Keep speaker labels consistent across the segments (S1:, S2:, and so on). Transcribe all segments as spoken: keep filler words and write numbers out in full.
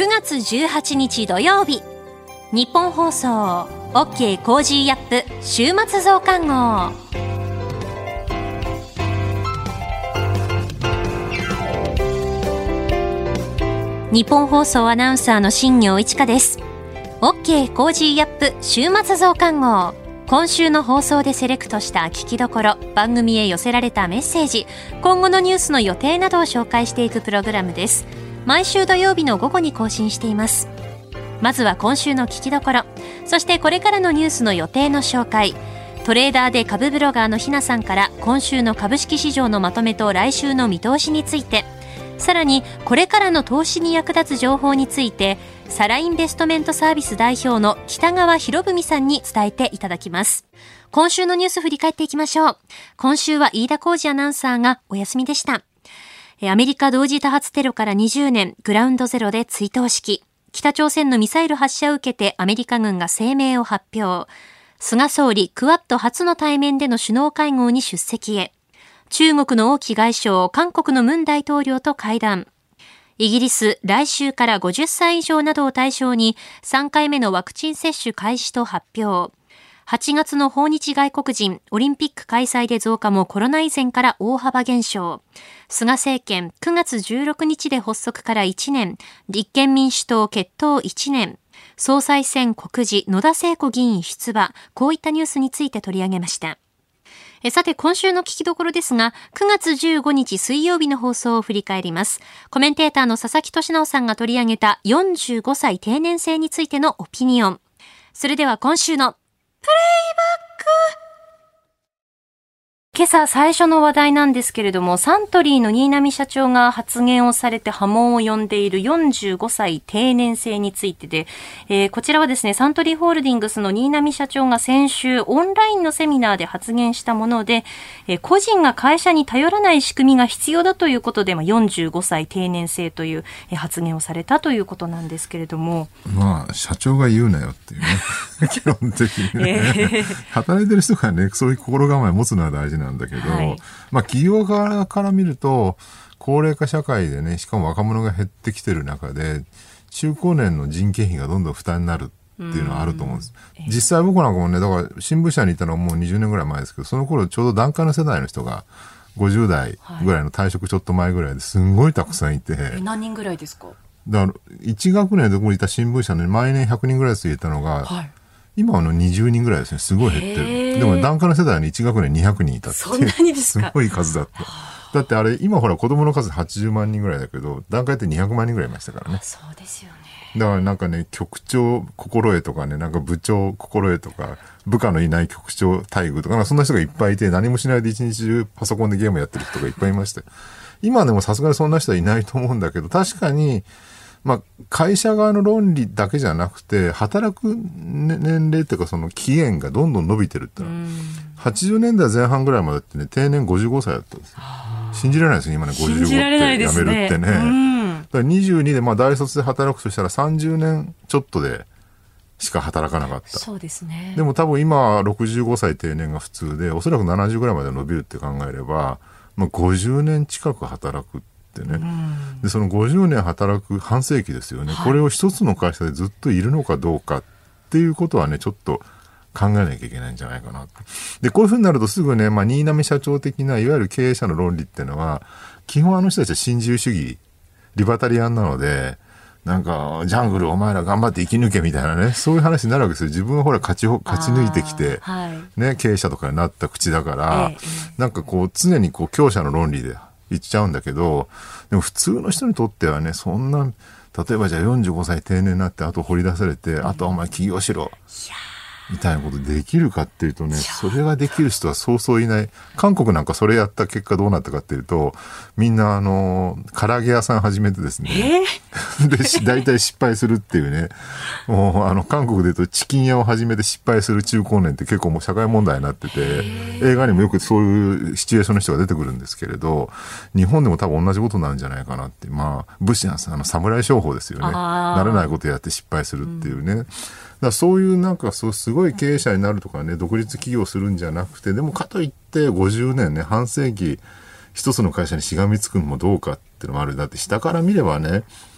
S1: くがつじゅうはちにち土曜日、日本放送 OK コージーアップ週末増刊号。日本放送アナウンサーの新業一華です。 OK コージーアップ週末増刊号。今週の放送でセレクトした聞きどころ、番組へ寄せられたメッセージ、今後のニュースの予定などを紹介していくプログラムです。毎週土曜日の午後に更新しています。まずは今週の聞きどころ、そしてこれからのニュースの予定の紹介、トレーダーで株ブロガーのひなさんから今週の株式市場のまとめと来週の見通しについて、さらにこれからの投資に役立つ情報について、サラインベストメントサービス代表の北川博文さんに伝えていただきます。今週のニュース振り返っていきましょう。今週は飯田浩二アナウンサーがお休みでした。アメリカ同時多発テロからにじゅうねん、グラウンドゼロで追悼式。北朝鮮のミサイル発射を受けてアメリカ軍が声明を発表。菅総理クアッド初の対面での首脳会合に出席へ。中国の王毅外相、韓国のムン大統領と会談。イギリス、来週からごじゅっさい以上などを対象にさんかいめのワクチン接種開始と発表。はちがつの訪日外国人、オリンピック開催で増加もコロナ以前から大幅減少。菅政権、くがつじゅうろくにちで発足からいちねん、立憲民主党結党いちねん、総裁選告示、野田聖子議員出馬、こういったニュースについて取り上げました。えさて今週の聞きどころですが、くがつじゅうごにち水曜日の放送を振り返ります。コメンテーターの佐々木俊直さんが取り上げたよんじゅうごさい定年制についてのオピニオン。それでは今週のプレイバック。今朝最初の話題なんですけれども、サントリーの新浪社長が発言をされて波紋を呼んでいるよんじゅうごさい定年制についてで、えー、こちらはですね、サントリーホールディングスの新浪社長が先週オンラインのセミナーで発言したもので、えー、個人が会社に頼らない仕組みが必要だということで、まあ、よんじゅうごさい定年制という、えー、発言をされたということなんですけれども、
S2: まあ社長が言うなよっていうね基本的にね、えー、働いてる人がね、そういう心構えを持つのは大事なんだけど、はい、まあ企業側から見ると高齢化社会でね、しかも若者が減ってきてる中で中高年の人件費がどんどん負担になるっていうのはあると思うんです。実際僕なんかもね、だから新聞社にいたのはもうにじゅうねんぐらい前ですけど、その頃ちょうど団塊の世代の人がごじゅうだいぐらいの退職ちょっと前ぐらいですんごいたくさんいて、
S1: え何人ぐらいですか？
S2: だからいち学年で僕いた新聞社に毎年ひゃくにんぐらいついたのが、はい、今のにじゅうにんぐらいですね。すごい減ってる。でも団塊の世代にいち学年にひゃくにんいたっていう。
S1: そんなにですか？
S2: すごい数だった。だってあれ今ほら子供の数はちじゅうまんにんぐらいだけど、団塊ってにひゃくまんにんぐらいいましたからね。
S1: そうですよね。
S2: だからなんかね、局長心得とかね、なんか部長心得とか、部下のいない局長待遇とか、そんな人がいっぱいいて、何もしないで一日中パソコンでゲームやってる人がいっぱいいました。今でもさすがにそんな人はいないと思うんだけど、確かにまあ、会社側の論理だけじゃなくて、働く年齢っていうかその期限がどんどん伸びてるってのは、はちじゅうねんだいぜん半ぐらいまでってね、定年ごじゅうごさいだったんですよ。信じられないですね、今ね、ごじゅうごってやめるってね。だからにじゅうにで、まあ大卒で働くとしたらさんじゅうねんちょっとでしか働かなかった。
S1: そうですね。
S2: でも多分今はろくじゅうごさい定年が普通で、おそらくななじゅうぐらいまで伸びるって考えれば、まあごじゅうねん近く働く。ね、でそのごじゅうねん働く半世紀ですよね、はい、これを一つの会社でずっといるのかどうかっていうことはね、ちょっと考えなきゃいけないんじゃないかな。でこういうふうになるとすぐね、まあ、新浪社長的ないわゆる経営者の論理っていうのは、基本あの人たちは新自由主義リバタリアンなので、なんかジャングルお前ら頑張って生き抜けみたいなね、そういう話になるわけですよ。自分はほら勝ち勝ち抜いてきて、はいね、経営者とかになった口だから、ええ、なんかこう常にこう強者の論理で言っちゃうんだけど、でも普通の人にとってはね、そんな例えばじゃあよんじゅうごさい定年になってあと掘り出されて、うん、あとはお前起業しろみたいなことできるかっていうとね、それができる人はそうそういない。韓国なんかそれやった結果どうなったかっていうと、みんなあの唐揚げ屋さん始めてですね、えー、で大体失敗するっていうね、もうあの韓国でいうとチキン屋を始めて失敗する中高年って結構もう社会問題になってて、映画にもよくそういうシチュエーションの人が出てくるんですけれど、日本でも多分同じことなんじゃないかなって。まあ武士なんです、あの侍商法ですよね。慣れないことやって失敗するっていうね、うん、だからそういうなんかそうすごい経営者になるとかね、独立企業するんじゃなくて、でもかといってごじゅうねんね、半世紀一つの会社にしがみつくのもどうかっていうのもある。だって下から見ればね、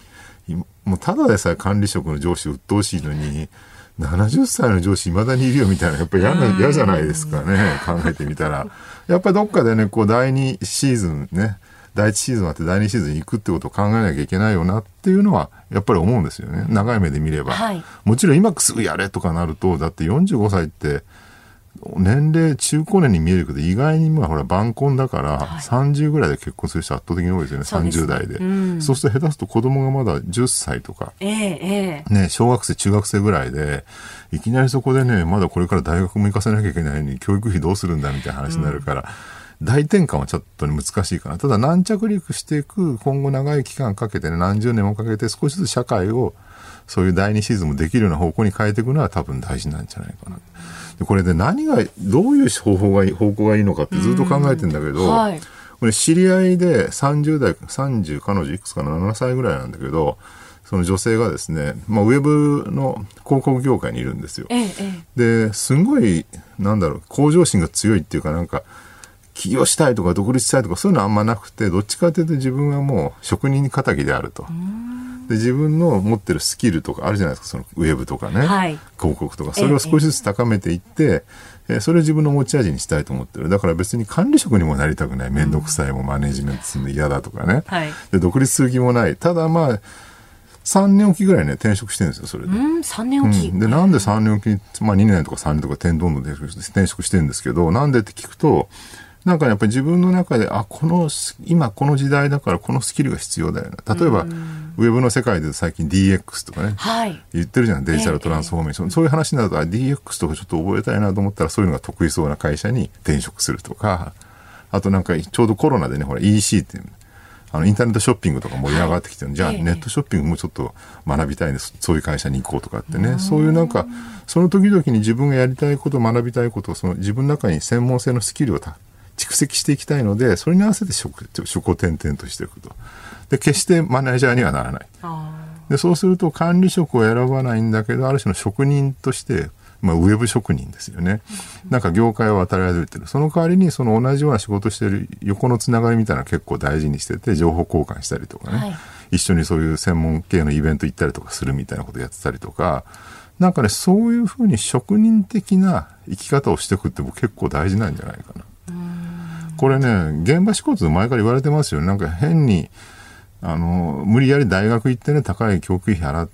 S2: もうただでさえ管理職の上司鬱陶しいのに、ななじゅっさいの上司未だにいるよみたいな、やっぱり嫌な、嫌じゃないですかね、考えてみたら。やっぱりどっかでね、こうだいにシーズンね、だいいちシーズンあってだいにシーズン行くってことを考えなきゃいけないよなっていうのはやっぱり思うんですよね。長い目で見れば。はい、もちろん今すぐやれとかなると、だってよんじゅうごさいって年齢中高年に見えるけど、意外に今ほら晩婚だから、はい、さんじゅうぐらいで結婚する人圧倒的に多いですよね。さんじゅう代で。うん、そうすると下手すると子供がまだじゅっさいとか、
S1: えーえー、
S2: ね、小学生中学生ぐらいで、いきなりそこでね、まだこれから大学も行かせなきゃいけないのに教育費どうするんだみたいな話になるから、うん、大転換はちょっと、ね、難しいかな。ただ軟着陸していく、今後長い期間かけてね、何十年もかけて少しずつ社会をそういうだいにシーズンもできるような方向に変えていくのは多分大事なんじゃないかな。でこれで何がどういう方法がいい方向がいいのかってずっと考えてるんだけど、はい、これ知り合いでさんじゅう代さんじゅう彼女いくつかなななさいぐらいなんだけど、その女性がですね、まあ、ウェブの広告業界にいるんですよ。
S1: ええ、
S2: ですごいなんだろう向上心が強いっていうか、なんか起業したいとか独立したいとかそういうのはあんまなくて、どっちかというと自分はもう職人敵であると。で自分の持ってるスキルとかあるじゃないですか、そのウェブとかね、はい、広告とか、それを少しずつ高めていって、ええ、それを自分の持ち味にしたいと思ってる。だから別に管理職にもなりたくない、面倒くさいもマネジメントするの嫌だとかね、はい、で独立する気もない。ただまあさんねんおきぐらいね転職してるんですよ、それで。
S1: うん、さんねんおき、
S2: うん、でなんでさんねんおきに、まあ、にねんとかさんねんとか点どんどん転職してるんですけど、なんでって聞くと、なんかやっぱり自分の中で、あ、この今この時代だからこのスキルが必要だよな。例えばウェブの世界で最近 ディーエックス とかね、はい、言ってるじゃん、デジタルトランスフォーメーション、ええ、そういう話になると、あ ディーエックス とかちょっと覚えたいなと思ったら、そういうのが得意そうな会社に転職するとか、あとなんかちょうどコロナでね、ほら イーシー っていうあのインターネットショッピングとか盛り上がってきてる、はい、じゃあネットショッピングもちょっと学びたいんです、そういう会社に行こうとかってね、そういうなんかその時々に自分がやりたいこと、学びたいことを、その自分の中に専門性のスキルをた蓄積していきたいので、それに合わせて職、職を転々としていくと。で決してマネージャーにはならない。でそうすると管理職を選ばないんだけど、ある種の職人として、まあ、ウェブ職人ですよね。なんか業界を渡り歩いてる。その代わりにその同じような仕事してる横のつながりみたいなの結構大事にしてて、情報交換したりとかね、はい、一緒にそういう専門系のイベント行ったりとかするみたいなことやってたりとか、なんかね、そういうふうに職人的な生き方をしていくって僕結構大事なんじゃないかな。これね、現場仕事で前から言われてますよ。なんか変にあの無理やり大学行ってね、高い教育費払って、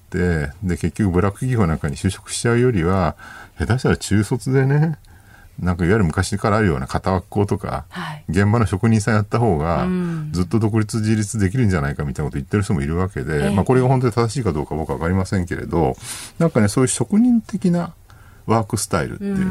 S2: で結局ブラック企業なんかに就職しちゃうよりは、下手したら中卒でね、なんかいわゆる昔からあるような片枠校とか、はい、現場の職人さんやった方がずっと独立自立できるんじゃないかみたいなこと言ってる人もいるわけで、えーまあ、これが本当に正しいかどうか僕は分かりませんけれど、なんかね、そういう職人的なワークスタイルっていう、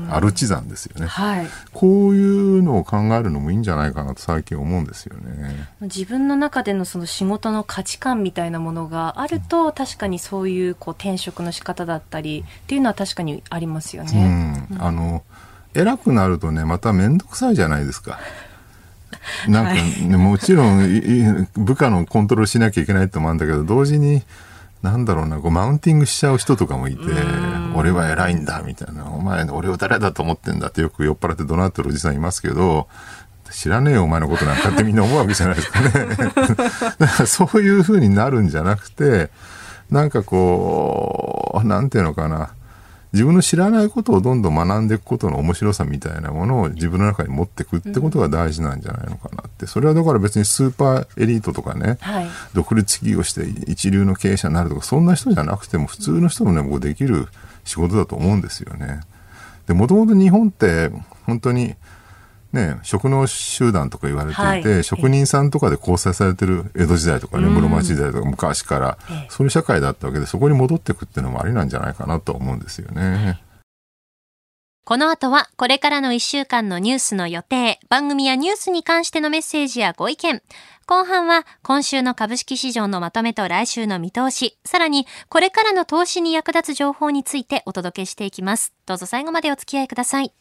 S2: アルチザンですよね、はい、こういうのを考えるのもいいんじゃないかなと最近思うんですよね。
S1: 自分の中でのその仕事の価値観みたいなものがあると、確かにそういうこう転職の仕方だったりっていうのは確かにありますよね。
S2: うん、あの偉くなるとね、また面倒くさいじゃないですか。なんか、ね、はい、もちろん部下のコントロールしなきゃいけないって思うんだけど、同時になんだろうな、こうマウンティングしちゃう人とかもいて、俺は偉いんだみたいな、お前俺を誰だと思ってんだってよく酔っ払って怒鳴ってるおじさんいますけど、知らねえよお前のことなんかってみんな思うわけじゃないですかね。だからそういう風になるんじゃなくて、なんかこうなんていうのかな、自分の知らないことをどんどん学んでいくことの面白さみたいなものを自分の中に持っていくってことが大事なんじゃないのかなって。それはだから別にスーパーエリートとかね、はい、独立企業して一流の経営者になるとかそんな人じゃなくても、普通の人もね、僕できる仕事だと思うんですよね。でもともと日本って本当にね、職能集団とか言われていて、はい、職人さんとかで構成されてる江戸時代とかね、室町時代とか昔からそういう社会だったわけで、そこに戻っていくっていうのもありなんじゃないかなと思うんですよね。
S1: この後はこれからのいっしゅうかんのニュースの予定、番組やニュースに関してのメッセージやご意見、後半は今週の株式市場のまとめと来週の見通し、さらにこれからの投資に役立つ情報についてお届けしていきます。どうぞ最後までお付き合いください。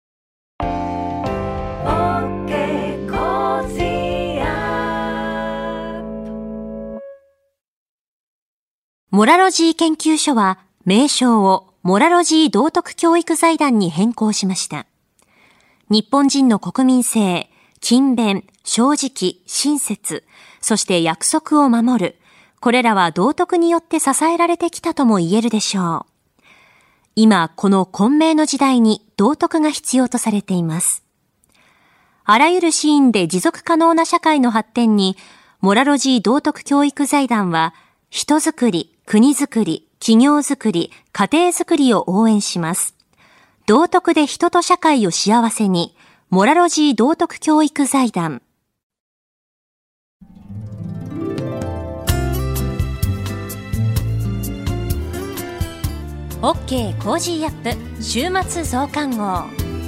S1: モラロジー研究所は名称をモラロジー道徳教育財団に変更しました。日本人の国民性、勤勉、正直、親切、そして約束を守る、 これらは道徳によって支えられてきたとも言えるでしょう。今、この混迷の時代に道徳が必要とされています。あらゆるシーンで持続可能な社会の発展に、モラロジー道徳教育財団は、人づくり、国づくり、企業づくり、家庭づくりを応援します。道徳で人と社会を幸せに、モラロジー道徳教育財団。OK コージーアップ週末増刊号。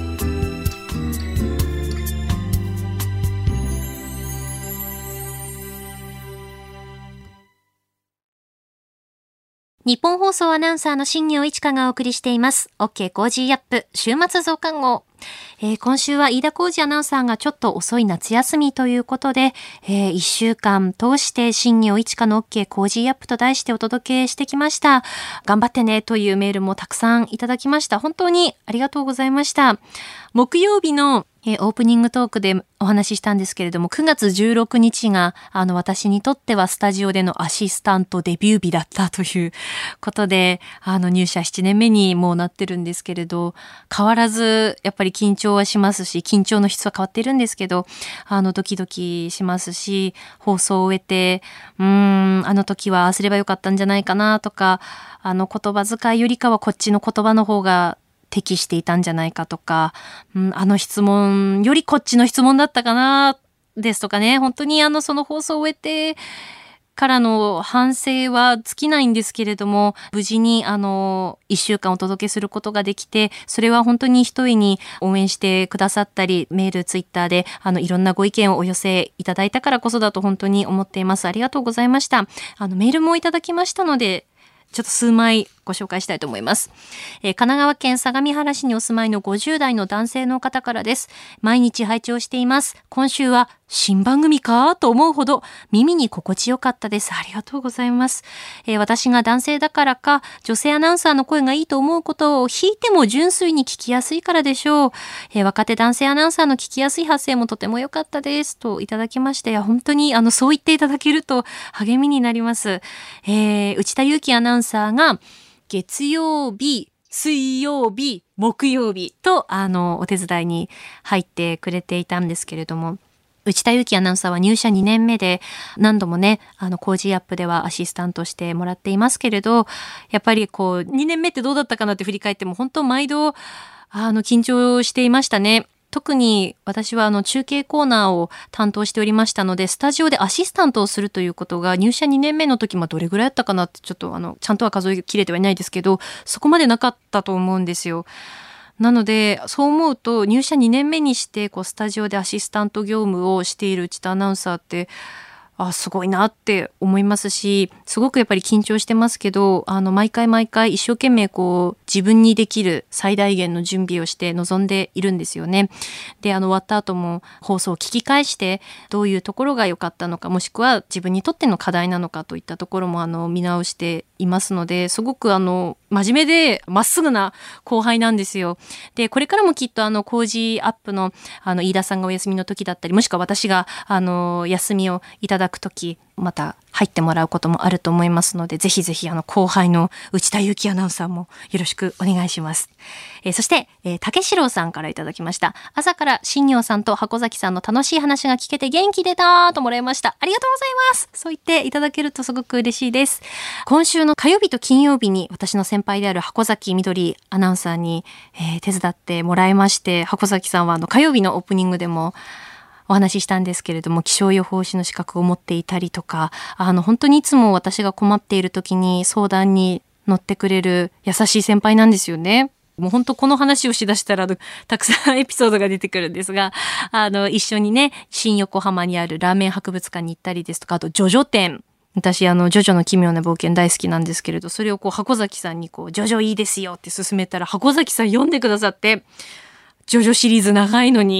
S1: 日本放送アナウンサーの新業一華がお送りしています。OK コージーアップ週末増刊号。えー、今週は飯田浩司アナウンサーがちょっと遅い夏休みということで、えー、いっしゅうかん通して新業一華の OK コージーアップと題してお届けしてきました。頑張ってねというメールもたくさんいただきました。本当にありがとうございました。木曜日のえー、オープニングトークでお話ししたんですけれども、くがつじゅうろくにちがあの私にとってはスタジオでのアシスタントデビュー日だったということで、あの入社ななねんめにもうなってるんですけれど、変わらずやっぱり緊張はしますし、緊張の質は変わってるんですけど、あのドキドキしますし、放送を終えて、うーんあの時はああすればよかったんじゃないかなとか、あの言葉遣いよりかはこっちの言葉の方が適していたんじゃないかとか、うん、あの質問よりこっちの質問だったかなですとかね、本当にあのその放送を終えてからの反省は尽きないんですけれども、無事にあのいっしゅうかんお届けすることができて、それは本当に一重に応援してくださったり、メール、ツイッターであのいろんなご意見をお寄せいただいたからこそだと本当に思っています。ありがとうございました。あのメールもいただきましたので、ちょっと数枚ご紹介したいと思います。えー、神奈川県相模原市にお住まいのごじゅう代の男性の方からです。毎日拝聴しています。今週は新番組かと思うほど耳に心地よかったです。ありがとうございます。えー、私が男性だからか女性アナウンサーの声がいいと思うことを引いても純粋に聞きやすいからでしょう。えー、若手男性アナウンサーの聞きやすい発声もとても良かったですといただきまして、いや本当にあのそう言っていただけると励みになります。えー、内田裕樹アナウンサーが月曜日、水曜日、木曜日とあのお手伝いに入ってくれていたんですけれども、内田裕樹アナウンサーは入社にねんめで何度もね、あのコージーアップではアシスタントしてもらっていますけれど、やっぱりこうにねんめってどうだったかなって振り返っても本当毎度あの緊張していましたね。特に私はあの中継コーナーを担当しておりましたので、スタジオでアシスタントをするということが入社にねんめの時、まあどれぐらいあったかなってちょっとあのちゃんとは数えきれてはいないですけど、そこまでなかったと思うんですよ。なのでそう思うと入社にねんめにしてこうスタジオでアシスタント業務をしている内田アナウンサーって、あすごいなって思いますし、すごくやっぱり緊張してますけど、あの毎回毎回一生懸命こう自分にできる最大限の準備をして臨んでいるんですよね。で、あの終わった後も放送を聞き返してどういうところが良かったのか、もしくは自分にとっての課題なのかといったところもあの見直していますので、すごくあの真面目でまっすぐな後輩なんですよ。で、これからもきっとあのコージーアップのあの飯田さんがお休みの時だったり、もしくは私があの休みをいただく時また入ってもらうこともあると思いますので、ぜひぜひあの後輩の内田裕樹アナウンサーもよろしくお願いします。えー、そして、えー、竹四郎さんからいただきました。朝から新業さんと箱崎さんの楽しい話が聞けて元気出たともらいました。ありがとうございます。そう言っていただけるとすごく嬉しいです。今週の火曜日と金曜日に私の先輩である箱崎みどりアナウンサーに、えー、手伝ってもらいまして、箱崎さんはあの火曜日のオープニングでもお話ししたんですけれども、気象予報士の資格を持っていたりとか、あの本当にいつも私が困っている時に相談に乗ってくれる優しい先輩なんですよね。もう本当この話をしだしたらたくさんエピソードが出てくるんですが、あの一緒にね新横浜にあるラーメン博物館に行ったりですとか、あとジョジョ展、私あのジョジョの奇妙な冒険大好きなんですけれど、それをこう箱崎さんにこうジョジョいいですよって勧めたら、箱崎さん読んでくださって、ジョジョシリーズ長いのに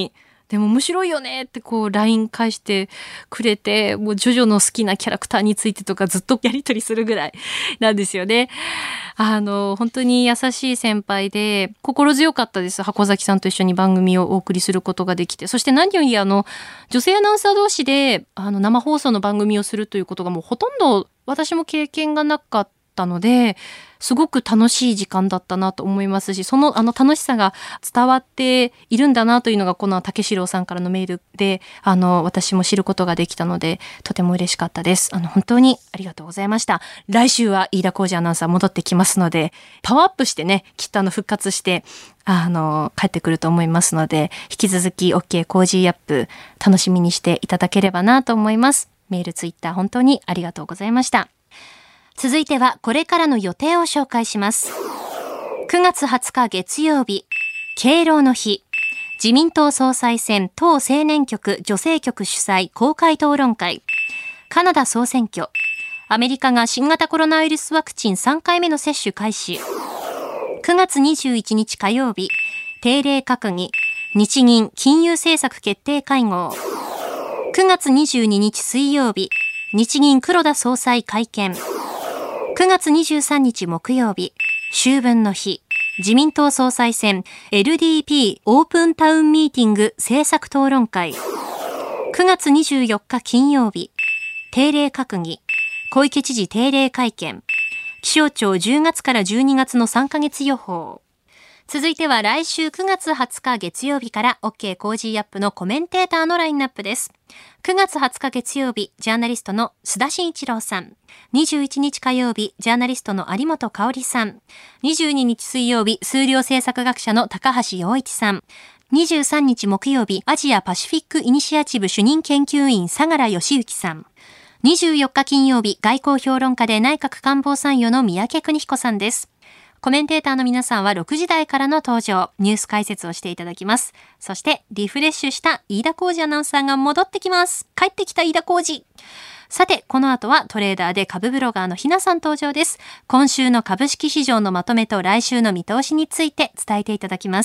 S1: でも面白いよねってこう ライン 返してくれて、もうジョジョの好きなキャラクターについてとかずっとやり取りするぐらいなんですよね。あの、本当に優しい先輩で心強かったです。箱崎さんと一緒に番組をお送りすることができて。そして何よりあの、女性アナウンサー同士であの生放送の番組をするということがもうほとんど私も経験がなかったので、すごく楽しい時間だったなと思いますし、そのあの楽しさが伝わっているんだなというのがこの竹四郎さんからのメールであの私も知ることができたので、とても嬉しかったです。あの本当にありがとうございました。来週は飯田浩司アナウンサー戻ってきますので、パワーアップしてね、きっとあの復活してあの帰ってくると思いますので、引き続き OK コージーアップ楽しみにしていただければなと思います。メール、ツイッター本当にありがとうございました。続いてはこれからの予定を紹介します。くがつはつか月曜日、敬老の日、自民党総裁選党青年局女性局主催公開討論会、カナダ総選挙、アメリカが新型コロナウイルスワクチンさんかいめの接種開始、くがつにじゅういちにち火曜日、定例閣議、日銀金融政策決定会合、くがつにじゅうににち水曜日、日銀黒田総裁会見、くがつにじゅうさんにち木曜日、秋分の日、自民党総裁選 エルディーピー オープンタウンミーティング政策討論会、くがつにじゅうよっか金曜日、定例閣議、小池知事定例会見、気象庁じゅうがつからじゅうにがつのさんかげつ予報。続いては来週くがつはつか月曜日から OK コージーアップのコメンテーターのラインナップです。くがつはつか月曜日、ジャーナリストの須田慎一郎さん。にじゅういちにち火曜日、ジャーナリストの有本香里さん。にじゅうににち水曜日、数量政策学者の高橋洋一さん。にじゅうさんにち木曜日、アジアパシフィックイニシアチブ主任研究員相良義之さん。にじゅうよっか金曜日、外交評論家で内閣官房参与の三宅邦彦さんです。コメンテーターの皆さんはろくじ台からの登場、ニュース解説をしていただきます。そしてリフレッシュした飯田浩司アナウンサーが戻ってきます。帰ってきた飯田浩司。さて、この後はトレーダーで株ブロガーのひなさん登場です。今週の株式市場のまとめと来週の見通しについて伝えていただきます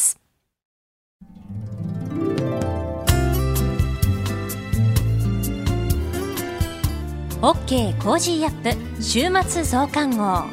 S1: 。OK コージーアップ週末増刊号。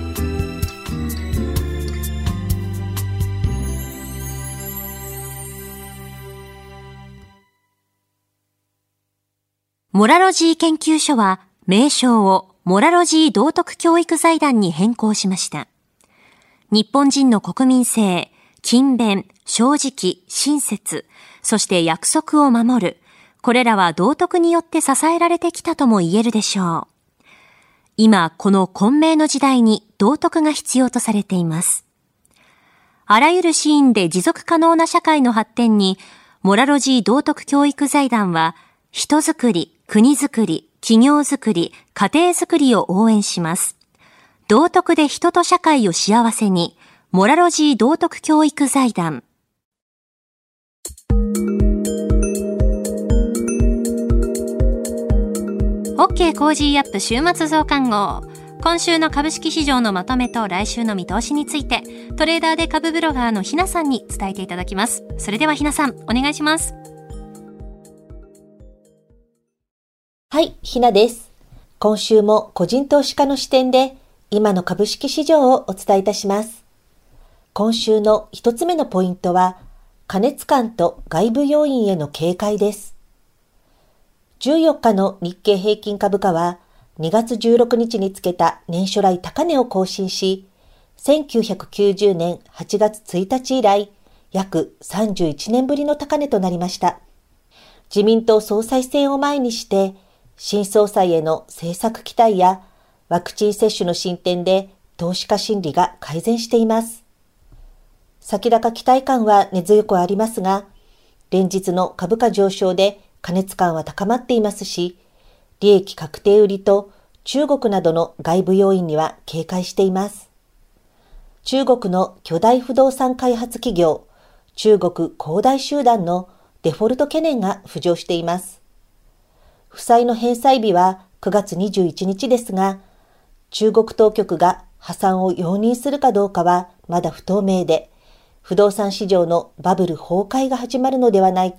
S1: モラロジー研究所は名称をモラロジー道徳教育財団に変更しました。日本人の国民性、勤勉、正直、親切、そして約束を守る、これらは道徳によって支えられてきたとも言えるでしょう。今、この混迷の時代に道徳が必要とされています。あらゆるシーンで持続可能な社会の発展に、モラロジー道徳教育財団は、人づくり、国づくり、企業づくり、家庭づくりを応援します。道徳で人と社会を幸せに、モラロジー道徳教育財団。OK コージーアップ週末増刊号。今週の株式市場のまとめと来週の見通しについて、トレーダーで株ブロガーのひなさんに伝えていただきます。それではひなさん、お願いします。
S3: はい、ひなです。今週も個人投資家の視点で今の株式市場をお伝えいたします。今週の一つ目のポイントは、過熱感と外部要因への警戒です。じゅうよっかの日経平均株価はにがつじゅうろくにちにつけた年初来高値を更新し、せんきゅうひゃくきゅうじゅうねんはちがつついたち以来、約さんじゅういちねんぶりの高値となりました。自民党総裁選を前にして、新総裁への政策期待やワクチン接種の進展で投資家心理が改善しています。先高期待感は根強くありますが、連日の株価上昇で過熱感は高まっていますし、利益確定売りと中国などの外部要因には警戒しています。中国の巨大不動産開発企業、中国恒大集団のデフォルト懸念が浮上しています。負債の返済日はくがつにじゅういちにちですが、中国当局が破産を容認するかどうかはまだ不透明で、不動産市場のバブル崩壊が始まるのではないか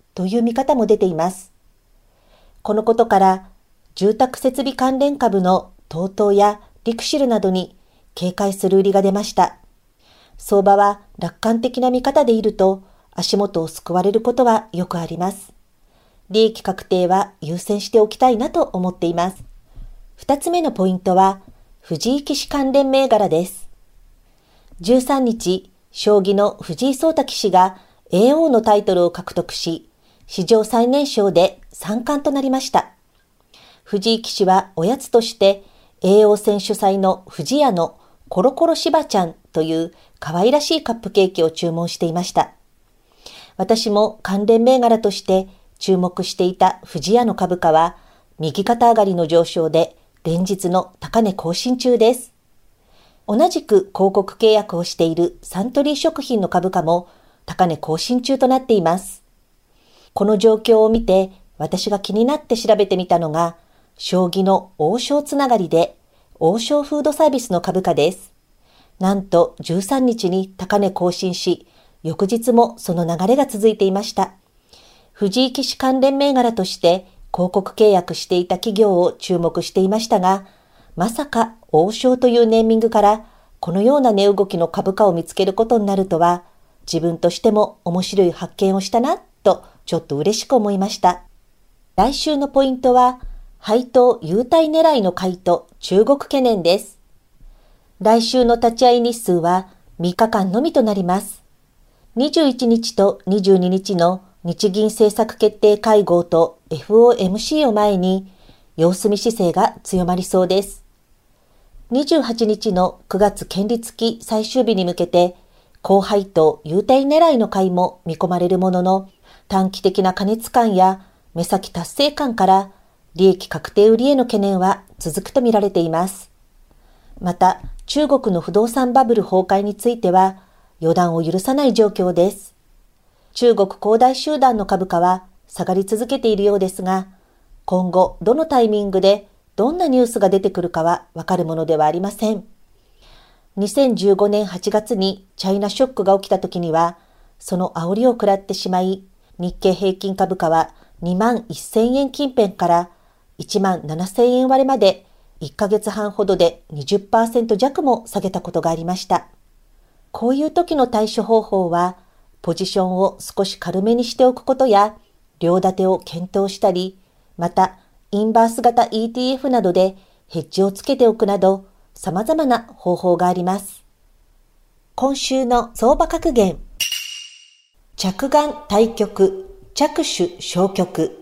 S3: という見方も出ています。このことから、住宅設備関連株のTOTOやリクシルなどに警戒する売りが出ました。相場は楽観的な見方でいると足元を救われることはよくあります。利益確定は優先しておきたいなと思っています。二つ目のポイントは藤井棋士関連銘柄です。じゅうさんにち、将棋の藤井聡太棋士が エーオー のタイトルを獲得し、史上最年少で三冠となりました。藤井棋士はおやつとして エーオー 戦主催の藤屋のコロコロしばちゃんという可愛らしいカップケーキを注文していました。私も関連銘柄として注目していた藤屋の株価は右肩上がりの上昇で連日の高値更新中です。同じく広告契約をしているサントリー食品の株価も高値更新中となっています。この状況を見て私が気になって調べてみたのが将棋の王将つながりで王将フードサービスの株価です。なんとじゅうさんにちに高値更新し、翌日もその流れが続いていました。藤井棋士関連銘柄として広告契約していた企業を注目していましたが、まさか王将というネーミングからこのような値動きの株価を見つけることになるとは、自分としても面白い発見をしたなとちょっと嬉しく思いました。来週のポイントは、配当優待狙いの買いと中国懸念です。来週の立ち会い日数はみっかかんのみとなります。にじゅういちにちとにじゅうににちの日銀政策決定会合と エフオーエムシー を前に様子見姿勢が強まりそうです。にじゅうはちにちのくがつ権利付き最終日に向けて高配当優待狙いの買いも見込まれるものの、短期的な過熱感や目先達成感から利益確定売りへの懸念は続くと見られています。また、中国の不動産バブル崩壊については予断を許さない状況です。中国恒大集団の株価は下がり続けているようですが、今後どのタイミングでどんなニュースが出てくるかはわかるものではありません。にせんじゅうごねんはちがつにチャイナショックが起きた時には、その煽りを食らってしまい、日経平均株価はにまんせんえん近辺からいちまんななせんえん割れまでいっかげつはんほどで にじゅっパーセント 弱も下げたことがありました。こういう時の対処方法は、ポジションを少し軽めにしておくことや、両立てを検討したり、またインバース型 イーティーエフ などでヘッジをつけておくなど、様々な方法があります。今週の相場格言。着眼対局、着手消極。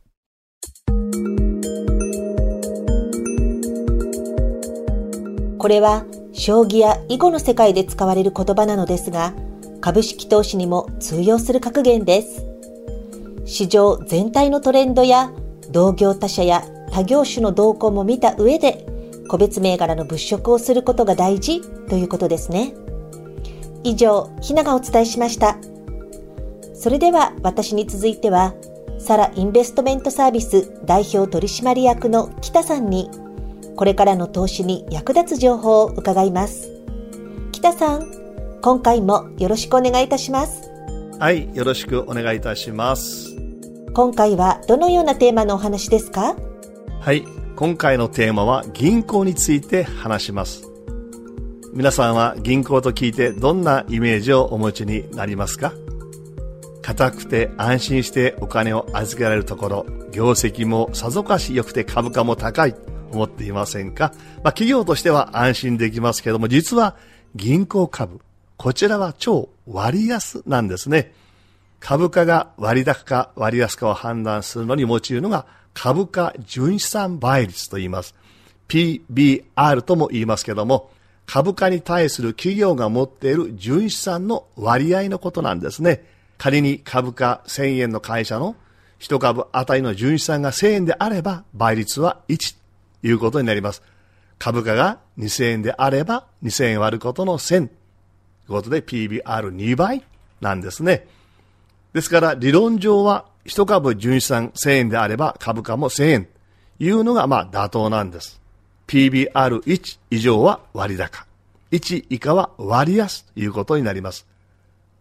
S3: これは将棋や囲碁の世界で使われる言葉なのですが、株式投資にも通用する格言です。市場全体のトレンドや同業他社や他業種の動向も見た上で、個別銘柄の物色をすることが大事ということですね。以上、ひながお伝えしました。それでは私に続いては、サラインベストメントサービス代表取締役の北さんに、これからの投資に役立つ情報を伺います。北さん、今回もよろしくお願いいたします。
S4: はい、よろしくお願いいたします。
S3: 今回はどのようなテーマのお話ですか？
S4: はい、今回のテーマは銀行について話します。皆さんは銀行と聞いてどんなイメージをお持ちになりますか？固くて安心してお金を預けられるところ、業績もさぞかし良くて株価も高い思っていませんか？まあ、企業としては安心できますけども、実は銀行株、こちらは超割安なんですね。株価が割高か割安かを判断するのに用いるのが株価純資産倍率と言います。ピービーアール とも言いますけども、株価に対する企業が持っている純資産の割合のことなんですね。仮に株価せんえんの会社のいち株あたりの純資産がせんえんであれば倍率はいちということになります。株価がにせんえんであればにせんえん割ることのせんということで ピービーアールに 倍なんですね。ですから理論上はいち株純資産せんえんであれば株価もせんえんというのがまあ妥当なんです。ピービーアールいち 以上は割高、いち以下は割安ということになります。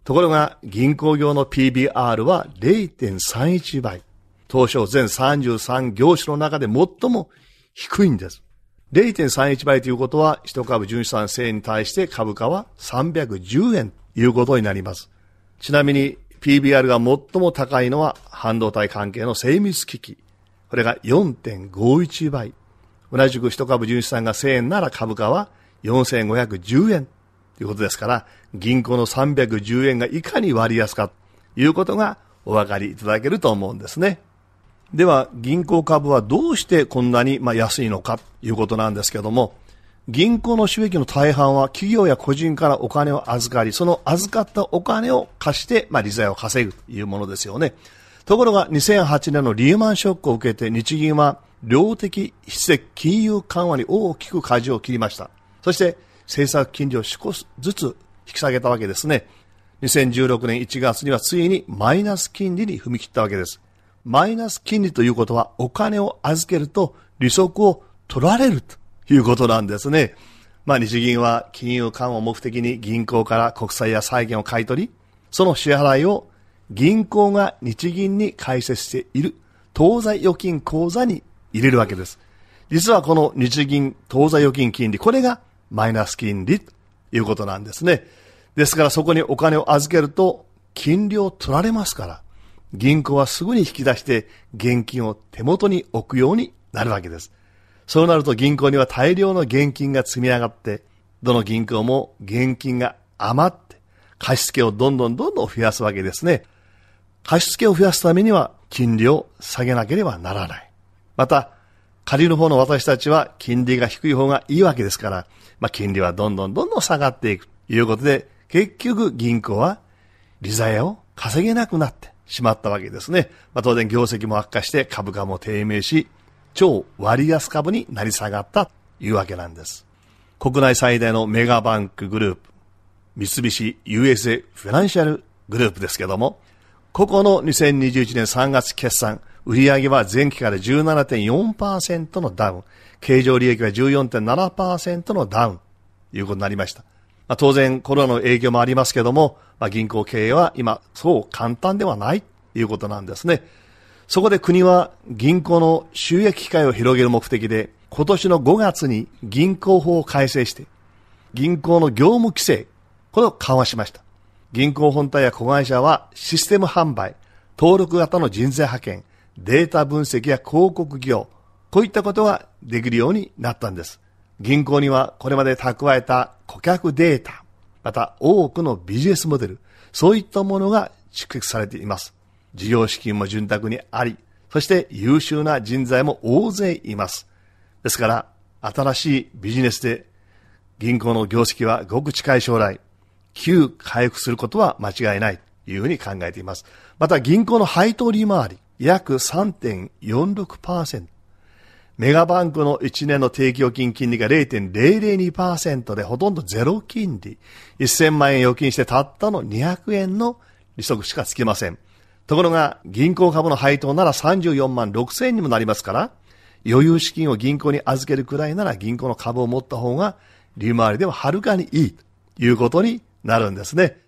S4: ところが銀行業の ピービーアール は れいてんさんいち 倍。東証全さんじゅうさん業種の中で最も低いんです。れいてんさんいち 倍ということは、一株純資産せんえんに対して株価はさんびゃくじゅうえんということになります。ちなみに ピービーアール が最も高いのは半導体関係の精密機器。これが よんてんごいち 倍。同じく一株純資産がせんえんなら株価はよんせんごひゃくじゅうえんということですから、銀行のさんびゃくじゅうえんがいかに割安かということがお分かりいただけると思うんですね。では、銀行株はどうしてこんなにまあ安いのかということなんですけども、銀行の収益の大半は企業や個人からお金を預かり、その預かったお金を貸してまあ利財を稼ぐというものですよね。ところがにせんはちねんのリーマンショックを受けて日銀は量的質的金融緩和に大きく舵を切りました。そして政策金利を少しずつ引き下げたわけですね。にせんじゅうろくねんいちがつにはついにマイナス金利に踏み切ったわけです。マイナス金利ということはお金を預けると利息を取られるということなんですね。まあ日銀は金融緩和を目的に銀行から国債や債券を買い取り、その支払いを銀行が日銀に開設している当座預金口座に入れるわけです。実はこの日銀当座預金金利、これがマイナス金利ということなんですね。ですからそこにお金を預けると金利を取られますから、銀行はすぐに引き出して現金を手元に置くようになるわけです。そうなると銀行には大量の現金が積み上がって、どの銀行も現金が余って貸付をどんどんどんどん増やすわけですね。貸付を増やすためには金利を下げなければならない。また、借りる方の私たちは金利が低い方がいいわけですから、まあ、金利はどんどんどんどん下がっていくということで、結局銀行は利財を稼げなくなってしまったわけですね。まあ、当然業績も悪化して株価も低迷し、超割安株になり下がったというわけなんです。国内最大のメガバンクグループ、三菱 ユーエスエー フィナンシャルグループですけども、ここのにせんにじゅういちねんさんがつ決算、売上は前期から じゅうななてんよんパーセント のダウン、経常利益は じゅうよんてんななパーセント のダウンということになりました。まあ、当然コロナの影響もありますけども、まあ、銀行経営は今そう簡単ではないということなんですね。そこで国は銀行の収益機会を広げる目的で、今年のごがつに銀行法を改正して、銀行の業務規制、これを緩和しました。銀行本体や子会社はシステム販売、登録型の人材派遣、データ分析や広告業、こういったことができるようになったんです。銀行にはこれまで蓄えた顧客データ、また多くのビジネスモデル、そういったものが蓄積されています。事業資金も潤沢にあり、そして優秀な人材も大勢います。ですから、新しいビジネスで銀行の業績はごく近い将来、急回復することは間違いないというふうに考えています。また銀行の配当利回り、約 さんてんよんろくパーセント。メガバンクのいちねんの定期預金金利が れいてんぜろぜろにパーセント でほとんどゼロ金利。せんまんえん預金してたったのにひゃくえんの利息しかつきません。ところが銀行株の配当ならさんじゅうよんまんろくせんえんにもなりますから、余裕資金を銀行に預けるくらいなら銀行の株を持った方が利回りでははるかにいいということになるんですね。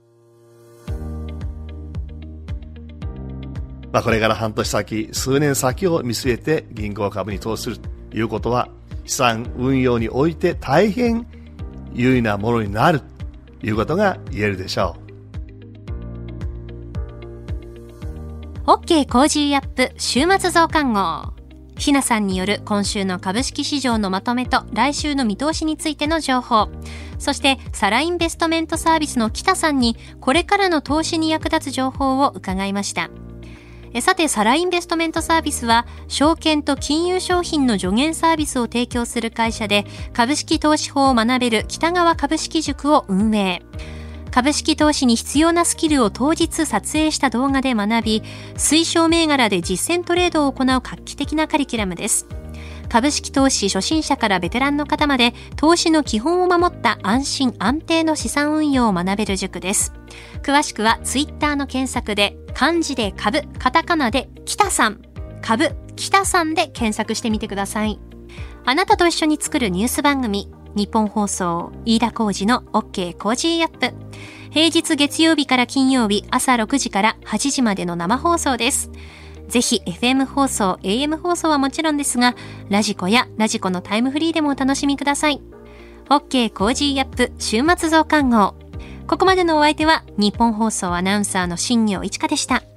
S4: まあこれから半年先、数年先を見据えて銀行株に投資するということは、資産運用において大変有利なものになるということが言えるでしょう。
S1: OK コージーアップ週末増刊号。ひなさんによる今週の株式市場のまとめと来週の見通しについての情報。そしてサラインベストメントサービスの北さんにこれからの投資に役立つ情報を伺いました。えさて、サラインベストメントサービスは証券と金融商品の助言サービスを提供する会社で、株式投資法を学べる北川株式塾を運営。株式投資に必要なスキルを当日撮影した動画で学び、推奨銘柄で実践トレードを行う画期的なカリキュラムです。株式投資初心者からベテランの方まで、投資の基本を守った安心安定の資産運用を学べる塾です。詳しくはツイッターの検索で、漢字で株、カタカナで北さん、株、北さんで検索してみてください。あなたと一緒に作るニュース番組、日本放送飯田浩司の OK コージーアップ。 平日月曜日から金曜日朝ろくじからはちじまでの生放送です。ぜひ エフエム 放送、エーエム 放送はもちろんですが、ラジコやラジコのタイムフリーでもお楽しみください。OK コージーアップ週末増刊号。ここまでのお相手は日本放送アナウンサーの新業一華でした。